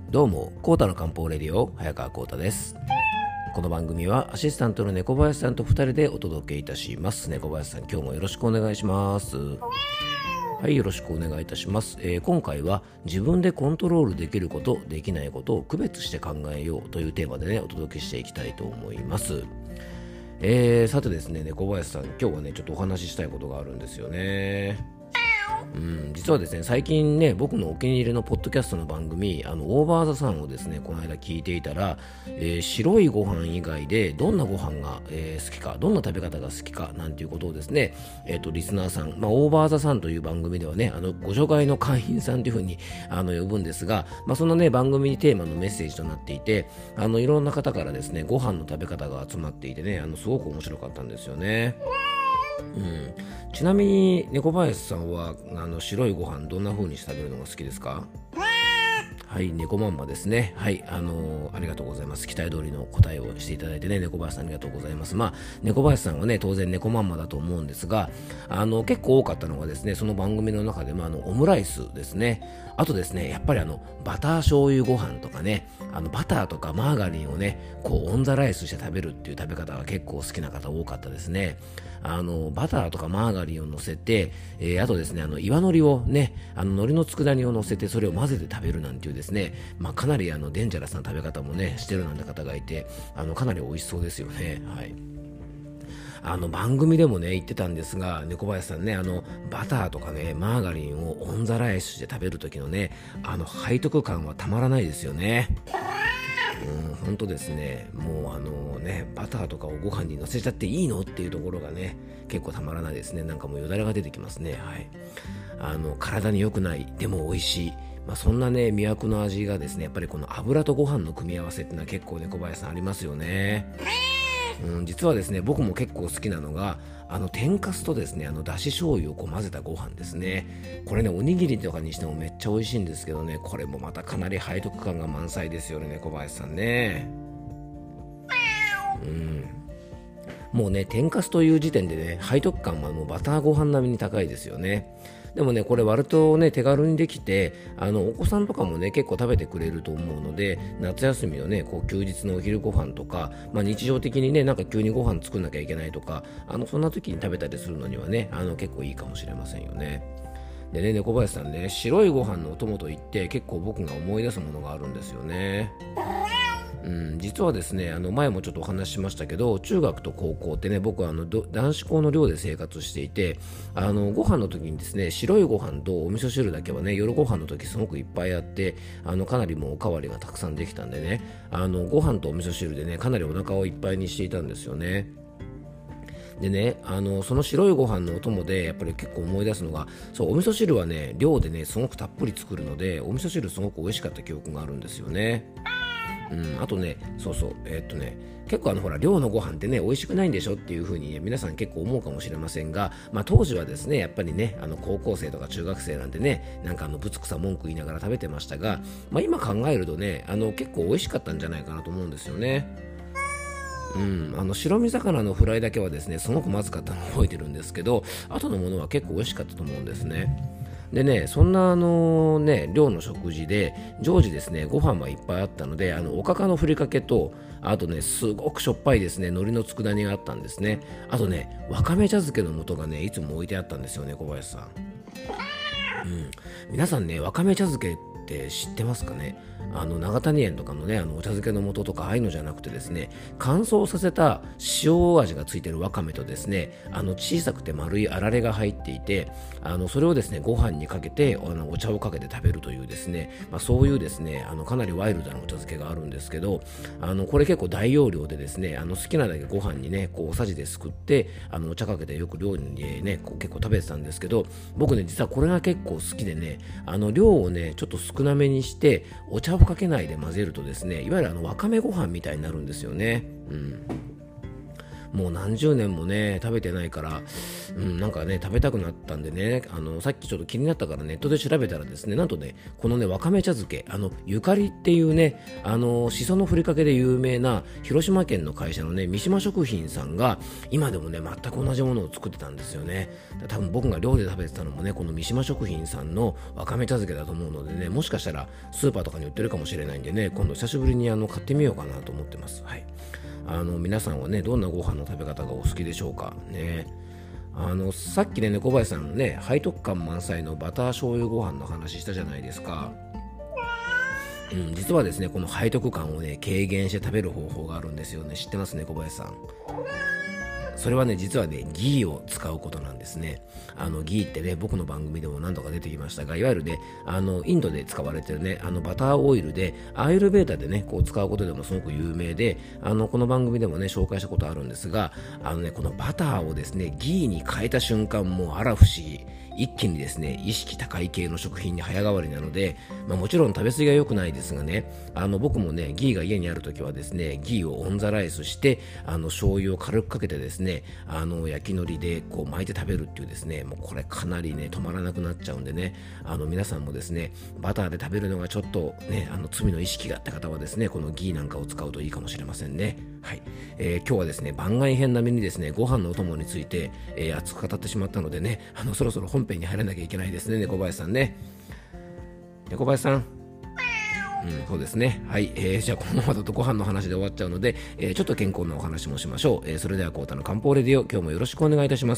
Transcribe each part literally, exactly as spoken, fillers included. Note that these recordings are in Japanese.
どうも、コータの漢方レディオ、早川コータです。この番組はアシスタントの猫林さんとふたりでお届けいたします。猫林さん、今日もよろしくお願いします。はい、よろしくお願いいたします。えー、今回は自分でコントロールできること、できないことを区別して考えようというテーマでね、お届けしていきたいと思います。えー、さてですね、猫林さん、今日はね、ちょっとお話ししたいことがあるんですよね。うん、実はですね、最近ね、僕のお気に入りのポッドキャストの番組、あのオーバーザさんをですね、この間聞いていたら、えー、白いご飯以外でどんなご飯が、えー、好きか、どんな食べ方が好きかなんていうことをですね、えーと、リスナーさん、まあ、オーバーザさんという番組ではね、あのご紹介の会員さんというふうにあの呼ぶんですが、まあ、そのね、番組にテーマのメッセージとなっていて、あのいろんな方からですね、ご飯の食べ方が集まっていてね、あのすごく面白かったんですよね。うん、ちなみに猫林さんはあの白いご飯どんな風にして食べるのが好きですか？はい、猫まんまですね。はい、あのー、ありがとうございます。期待通りの答えをしていただいてね、猫林さんありがとうございます。まあ、猫林さんはね、当然猫まんまだと思うんですが、あの、結構多かったのがですね、その番組の中でもあの、オムライスですね。あとですね、やっぱりあの、バター醤油ご飯とかね、あの、バターとかマーガリンをね、こう、オンザライスして食べるっていう食べ方が結構好きな方多かったですね。あの、バターとかマーガリンを乗せて、えー、あとですね、あの、岩海苔をね、あの、海苔の佃煮を乗せて、それを混ぜて食べるなんていうですね、まあ、かなりあの、デンジャラスな食べ方もね、してるなんて方がいて、あの、かなり美味しそうですよね。はい。あの番組でもね言ってたんですが、猫林さんね、あのバターとかねマーガリンをオンザライスして食べる時のね、あの背徳感はたまらないですよね。うん、本当ですね。もうあのね、バターとかをご飯に乗せちゃっていいのっていうところがね、結構たまらないですね。なんかもうよだれが出てきますね。はい。あの体に良くない、でも美味しい。まあ、そんなね魅惑の味がですね、やっぱりこの油とご飯の組み合わせっていうのは結構猫林さんありますよね。うん、実はですね、僕も結構好きなのが、あの天かすとですね、あのだし醤油をこう混ぜたご飯ですね。これね、おにぎりとかにしてもめっちゃ美味しいんですけどね、これもまたかなり背徳感が満載ですよね、小林さんね。うん、もうね、天かすという時点でね、背徳感はもうバターご飯並みに高いですよね。でもね、これ割とね、手軽にできて、あのお子さんとかもね結構食べてくれると思うので、夏休みのねこう休日のお昼ご飯とか、まあ、日常的にねなんか急にご飯作んなきゃいけないとか、あのそんな時に食べたりするのにはね、あの結構いいかもしれませんよね。でね、猫林さんね、白いご飯のお供といって結構僕が思い出すものがあるんですよね。うん、実はですね、あの前もちょっとお話ししましたけど、中学と高校ってね、僕はあの男子校の寮で生活していて、あのご飯の時にですね、白いご飯とお味噌汁だけはね、夜ご飯の時すごくいっぱいあって、あのかなりもうおかわりがたくさんできたんでね、あのご飯とお味噌汁でね、かなりお腹をいっぱいにしていたんですよね。でね、あのその白いご飯のお供でやっぱり結構思い出すのが、そうお味噌汁はね量でねすごくたっぷり作るので、お味噌汁すごく美味しかった記憶があるんですよね。うん、あとね、そうそう、えーっとね、結構あのほら寮のご飯ってね美味しくないんでしょっていう風に、ね、皆さん結構思うかもしれませんが、まあ、当時はですねやっぱりね、あの高校生とか中学生なんてね、なんかあのぶつくさ文句言いながら食べてましたが、まあ、今考えるとね、あの結構美味しかったんじゃないかなと思うんですよね。うん、あの白身魚のフライだけはですねすごくまずかったのを覚えてるんですけど、後のものは結構美味しかったと思うんですね。でね、そんなあのね寮の食事で常時ですねご飯はいっぱいあったので、あのおかかのふりかけと、あとねすごくしょっぱいですね海苔の佃煮があったんですね。あとねわかめ茶漬けの素がねいつも置いてあったんですよね、小林さん。うん、皆さんねわかめ茶漬けって知ってますかね？あの長谷園とかのね、あのお茶漬けの素とかああいうのじゃなくてですね、乾燥させた塩味がついてるわかめとですね、あの小さくて丸いあられが入っていて、あのそれをですねご飯にかけてあのお茶をかけて食べるというですね、まあ、そういうですねあのかなりワイルドなお茶漬けがあるんですけど、あのこれ結構大容量でですね、あの好きなだけご飯にねこうおさじですくって、あのお茶かけてよく量にねこう結構食べてたんですけど、僕ね実はこれが結構好きでね、あの量をねちょっと少なめにしてお茶をかけないで混ぜるとですね、いわゆるあのわかめご飯みたいになるんですよね。うん、 もう何十年もね食べてないから、うん、なんかね食べたくなったんでね、あのさっきちょっと気になったからネットで調べたらですね、なんとねこのねわかめ茶漬け、あのゆかりっていうね、あのしそのふりかけで有名な広島県の会社のね三島食品さんが今でもね全く同じものを作ってたんですよね。多分僕が寮で食べてたのもねこの三島食品さんのわかめ茶漬けだと思うのでね、もしかしたらスーパーとかに売ってるかもしれないんでね、今度久しぶりにあの買ってみようかなと思ってます。はい、あの皆さんはねどんなご飯の食べ方がお好きでしょうかね。あのさっきね猫林さんのね背徳感満載のバター醤油ご飯の話したじゃないですか。うん、実はですねこの背徳感をね軽減して食べる方法があるんですよね。知ってますね小林さん。それはね実はねギーを使うことなんですね。あのギーってね僕の番組でも何度か出てきましたが、いわゆるねあのインドで使われてるねあのバターオイルでアーユルベーダでねこう使うことでもすごく有名で、あのこの番組でもね紹介したことあるんですが、あのねこのバターをですねギーに変えた瞬間、もうあら不思議、一気にですね意識高い系の食品に早変わりなので、まあ、もちろん食べ過ぎは良くないですがね、あの僕もねギーが家にあるときはですねギーをオンザライスして、あの醤油を軽くかけてですねあの焼き海苔でこう巻いて食べるっていうですね、もうこれかなりね止まらなくなっちゃうんでね、あの皆さんもですねバターで食べるのがちょっとねあの罪の意識があった方はですねこのギーなんかを使うといいかもしれませんね。はい、えー、今日はですね番外編並みにですねご飯のお供について、えー、熱く語ってしまったのでね、あのそろそろ本編に入らなきゃいけないですね。猫林さんね、猫林さん、うん、そうですね。はい、えー、じゃあこのままだとご飯の話で終わっちゃうので、えー、ちょっと健康なお話もしましょう。えー、それではコータの漢方レディオ、今日もよろしくお願いいたします。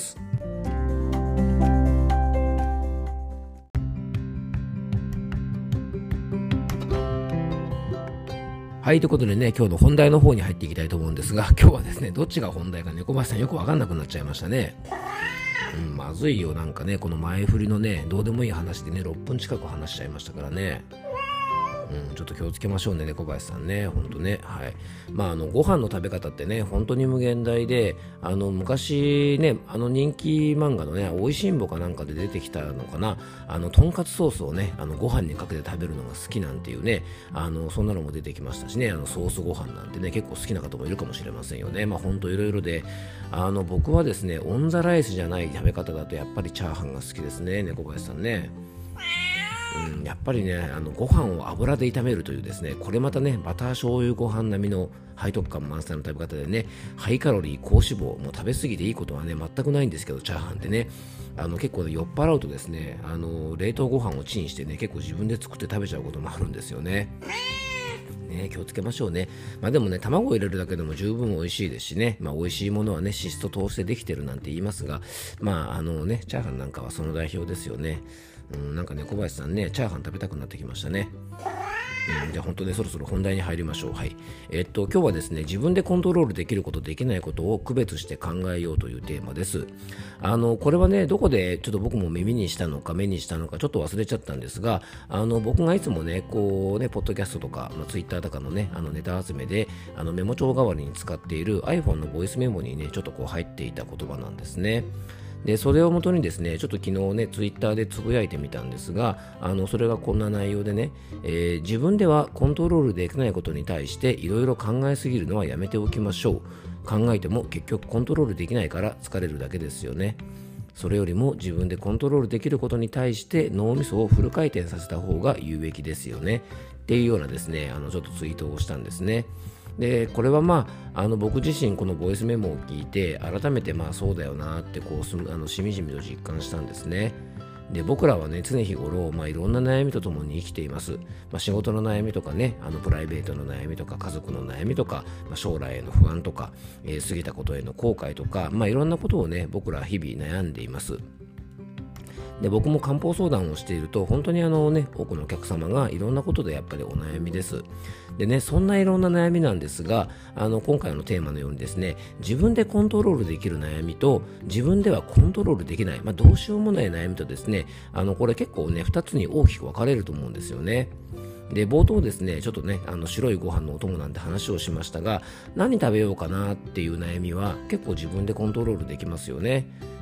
はい、ということでね今日の本題の方に入っていきたいと思うんですが、今日はですねどっちが本題か猫林さんよくわかんなくなっちゃいましたね。うん、まずいよ、なんかねこの前振りのねどうでもいい話でねろっぷん近く話しちゃいましたからね。うん、ちょっと気をつけましょうね猫林さんね、ほんとね。はい、まああのご飯の食べ方ってね本当に無限大で、あの昔ねあの人気漫画のねおいしんぼかなんかで出てきたのかな、あのとんかつソースをねあのご飯にかけて食べるのが好きなんていうね、あのそんなのも出てきましたしね、あのソースご飯なんてね結構好きな方もいるかもしれませんよね。まあほんといろいろで、あの僕はですねオンザライスじゃない食べ方だとやっぱりチャーハンが好きですね猫林さんね。うん、やっぱりねあのご飯を油で炒めるというですね、これまたねバター醤油ご飯並みの背徳感満載の食べ方でね、ハイカロリー高脂肪、もう食べ過ぎていいことはね全くないんですけど、チャーハンってねあの結構、ね、酔っ払うとですねあの冷凍ご飯をチンしてね結構自分で作って食べちゃうこともあるんですよね。ね、気をつけましょうね。まあでもね卵を入れるだけでも十分美味しいですしね、まあ美味しいものはね脂質と糖質でできてるなんて言いますが、まああのねチャーハンなんかはその代表ですよね。うん、なんかね小林さんねチャーハン食べたくなってきましたね。うん、じゃあ本当ねそろそろ本題に入りましょう。はい、えっと今日はですね自分でコントロールできることできないことを区別して考えようというテーマです。あのこれはねどこでちょっと僕も耳にしたのか目にしたのかちょっと忘れちゃったんですが、あの僕がいつもねこうねポッドキャストとか、まあ、ツイッターとかのねあのネタ集めであのメモ帳代わりに使っている iPhone のボイスメモにねちょっとこう入っていた言葉なんですね。でそれをもとにですねちょっと昨日ねツイッターでつぶやいてみたんですが、あのそれがこんな内容でね、えー、自分ではコントロールできないことに対していろいろ考えすぎるのはやめておきましょう。考えても結局コントロールできないから疲れるだけですよね。それよりも自分でコントロールできることに対して脳みそをフル回転させた方が有益ですよねっていうようなですねあのちょっとツイートをしたんですね。でこれはまあ、あの僕自身このボイスメモを聞いて改めてまあそうだよなってこうすあのしみじみと実感したんですね。で僕らはね常日頃、まあ、いろんな悩みとともに生きています。まあ、仕事の悩みとかねあのプライベートの悩みとか家族の悩みとか、まあ、将来への不安とか、えー、過ぎたことへの後悔とか、まあ、いろんなことをね僕らは日々悩んでいます。で僕も漢方相談をしていると本当にあのね多くのお客様がいろんなことでやっぱりお悩みです。でねそんないろんな悩みなんですが、あの今回のテーマのようにですね自分でコントロールできる悩みと自分ではコントロールできない、まあ、どうしようもない悩みとですねあのこれ結構ねふたつに大きく分かれると思うんですよね。で冒頭ですねちょっとねあの白いご飯のお供なんて話をしましたが、何食べようかなっていう悩みは結構自分でコントロールできますよね。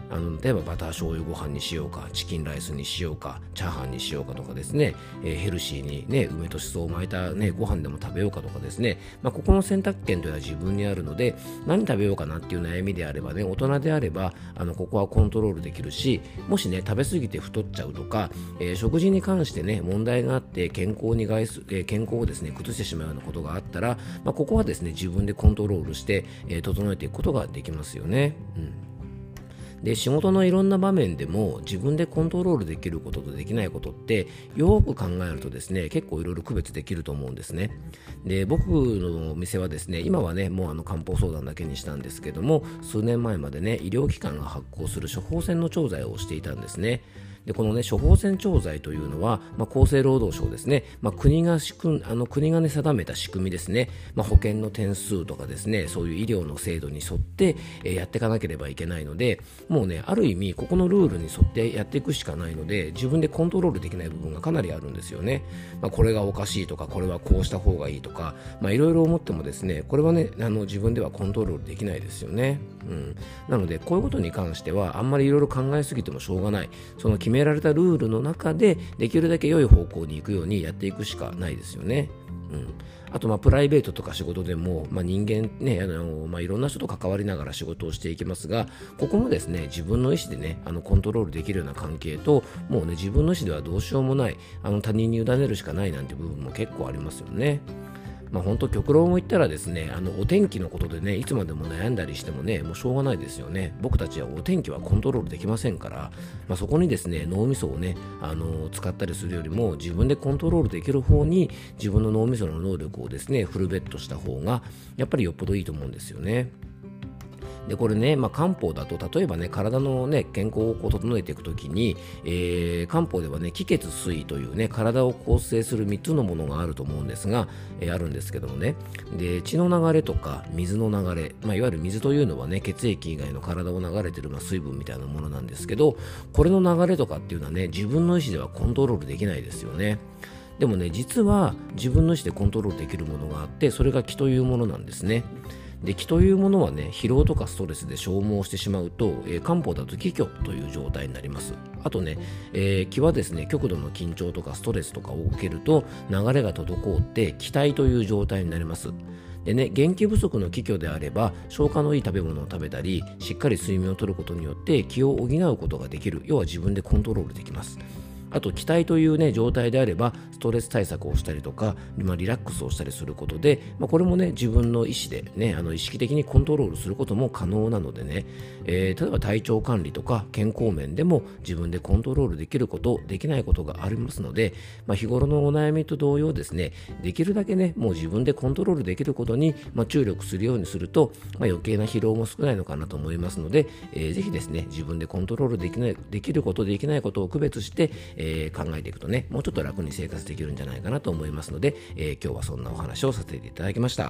あの例えばバター醤油ご飯にしようか、チキンライスにしようか、チャーハンにしようかとかですね、えー、ヘルシーにね梅としそを巻いたねご飯でも食べようかとかですね、まあ、ここの選択権というのは自分にあるので、何食べようかなっていう悩みであればね、大人であればあのここはコントロールできるし、もしね食べ過ぎて太っちゃうとか、えー、食事に関してね問題があって健康に害す、えー、健康をですね崩してしまうようなことがあったら、まあ、ここはですね自分でコントロールして、えー、整えていくことができますよね。うんで仕事のいろんな場面でも自分でコントロールできることとできないことってよく考えるとですね、結構いろいろ区別できると思うんですね。で僕のお店はですね、今はねもうあの漢方相談だけにしたんですけども、数年前までね医療機関が発行する処方箋の調剤をしていたんですね。でこのね処方箋調剤というのは、まあ、厚生労働省ですね、まあ、国が仕組あの国がね定めた仕組みですね、まあ、保険の点数とかですね、そういう医療の制度に沿って、えー、やっていかなければいけないので、もうねある意味ここのルールに沿ってやっていくしかないので、自分でコントロールできない部分がかなりあるんですよね。まあ、これがおかしいとか、これはこうした方がいいとか、まあ、いろいろ思ってもですね、これはねあの自分ではコントロールできないですよね。うん、なのでこういうことに関してはあんまりいろいろ考えすぎてもしょうがない、その決められたルールの中でできるだけ良い方向に行くようにやっていくしかないですよね。うん、あとまあプライベートとか仕事でも、まあ、人間ねあの、まあ、いろんな人と関わりながら仕事をしていきますが、ここもですね自分の意思でねあのコントロールできるような関係と、もうね自分の意思ではどうしようもない、あの他人に委ねるしかないなんて部分も結構ありますよね。まあ、本当極論を言ったらですね、あのお天気のことでねいつまでも悩んだりしてもねもうしょうがないですよね。僕たちはお天気はコントロールできませんから、まあ、そこにですね脳みそをねあの使ったりするよりも自分でコントロールできる方に自分の脳みその能力をですねフルベットした方がやっぱりよっぽどいいと思うんですよね。でこれね、まあ、漢方だと例えばね体のね健康をこう整えていくときに、えー、漢方ではね気血水というね体を構成するみっつのものがあると思うんですが、えー、あるんですけどもね、で血の流れとか水の流れ、まあ、いわゆる水というのはね血液以外の体を流れている、まあ、水分みたいなものなんですけど、これの流れとかっていうのはね自分の意思ではコントロールできないですよね。でもね実は自分の意思でコントロールできるものがあって、それが気というものなんですね。で気というものはね疲労とかストレスで消耗してしまうと、えー、漢方だと気虚という状態になります。あとね、えー、気はですね極度の緊張とかストレスとかを受けると流れが滞って気体という状態になります。でね、元気不足の気虚であれば消化のいい食べ物を食べたりしっかり睡眠をとることによって気を補うことができる、要は自分でコントロールできます。あと気体という、ね、状態であればストレス対策をしたりとか、まあ、リラックスをしたりすることで、まあ、これもね自分の意思で、ね、あの意識的にコントロールすることも可能なのでね、えー、例えば体調管理とか健康面でも自分でコントロールできることできないことがありますので、まあ、日頃のお悩みと同様ですね、できるだけねもう自分でコントロールできることに、まあ、注力するようにすると、まあ、余計な疲労も少ないのかなと思いますので、えー、ぜひですね自分でコントロールできないできることできないことを区別して、えー、考えていくとねもうちょっと楽に生活できるんじゃないかなと思いますので、えー、今日はそんなお話をさせていただきました。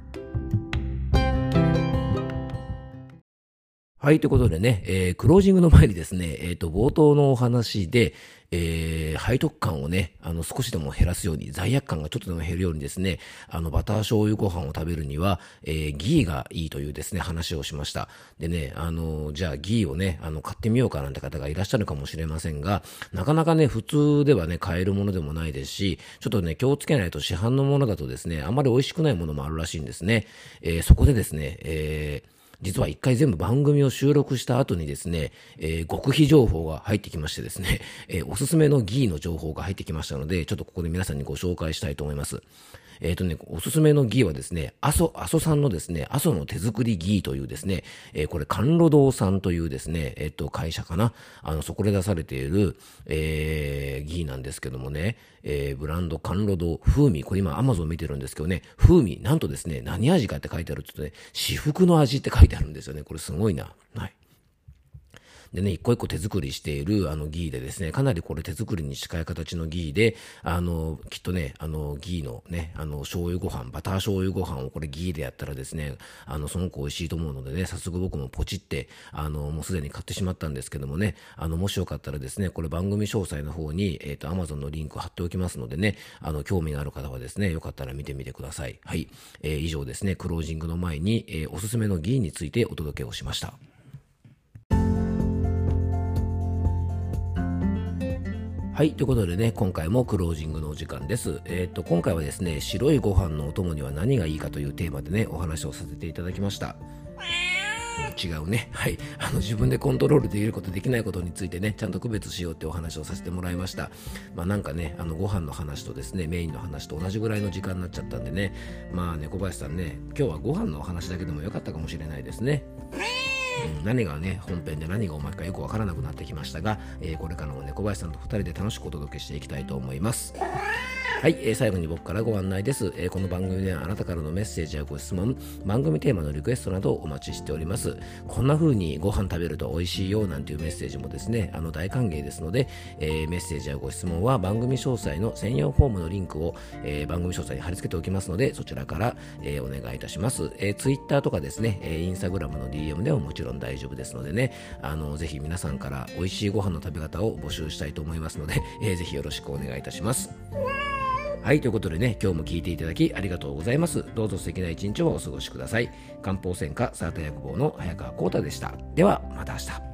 はい、ということでね、えー、クロージングの前にですね、えーと、冒頭のお話で、えー、背徳感をね、あの、少しでも減らすように、罪悪感がちょっとでも減るようにですね、あの、バター醤油ご飯を食べるには、えー、ギーがいいというですね、話をしました。でね、あの、じゃあギーをね、あの、買ってみようかなんて方がいらっしゃるかもしれませんが、なかなかね、普通ではね、買えるものでもないですし、ちょっとね、気をつけないと市販のものだとですね、あまり美味しくないものもあるらしいんですね。えー、そこでですね、えー、実は一回全部番組を収録した後にですね、えー、極秘情報が入ってきましてですね、えー、おすすめのギーの情報が入ってきましたので、ちょっとここで皆さんにご紹介したいと思います。えっとね、おすすめのギーはですね、阿蘇、阿蘇産のですね、阿蘇の手作りギーというですね、えー、これ、甘露堂さんというですね、えっと、会社かな。あの、そこで出されている、えー、ギーなんですけどもね、えー、ブランド甘露堂風味、これ今 Amazon 見てるんですけどね、風味、なんとですね、何味かって書いてあるとね、至福の味って書いてあるんですよね。これすごいな。はい。でね、一個一個手作りしているあのギーでですね、かなりこれ手作りに近い形のギーで、あの、きっとね、あの、ギーのね、あの、醤油ご飯、バター醤油ご飯をこれギーでやったらですね、あの、すごく美味しいと思うのでね、早速僕もポチって、あの、もうすでに買ってしまったんですけどもね、あの、もしよかったらですね、これ番組詳細の方に、えっと、Amazon のリンク貼っておきますのでね、あの、興味がある方はですね、よかったら見てみてください。はい。えー、以上ですね、クロージングの前に、えー、おすすめのギーについてお届けをしました。 はい、ということでね、今回もクロージングのお時間です。えっと、今回はですね、白いご飯のお供には何がいいかというテーマでね、お話をさせていただきました。違うね。はい。あの、自分でコントロールできることできないことについてね、ちゃんと区別しようってお話をさせてもらいました。まあなんかね、あの、ご飯の話とですね、メインの話と同じぐらいの時間になっちゃったんでね、まあ猫林さんね、今日はご飯のお話だけでもよかったかもしれないですね。うん、何がね本編で何がおまけかよくわからなくなってきましたが、えーこれからも猫林さんとふたりで楽しくお届けしていきたいと思います。はい、えー最後に僕からご案内です。えーこの番組ではあなたからのメッセージやご質問、番組テーマのリクエストなどをお待ちしております。こんな風にご飯食べると美味しいよなんていうメッセージもですね、あの大歓迎ですので、えーメッセージやご質問は番組詳細の専用フォームのリンクを、えー番組詳細に貼り付けておきますので、そちらから、えーお願いいたします。えー、Twitter とかですね、えー、Instagram の ディーエム でももちろん大丈夫ですのでね、あのぜひ皆さんから美味しいご飯の食べ方を募集したいと思いますので、えーぜひよろしくお願いいたします。はい、ということでね、今日も聞いていただきありがとうございます。どうぞ素敵な一日をお過ごしください。漢方専科サーター薬房の早川浩太でした。ではまた明日。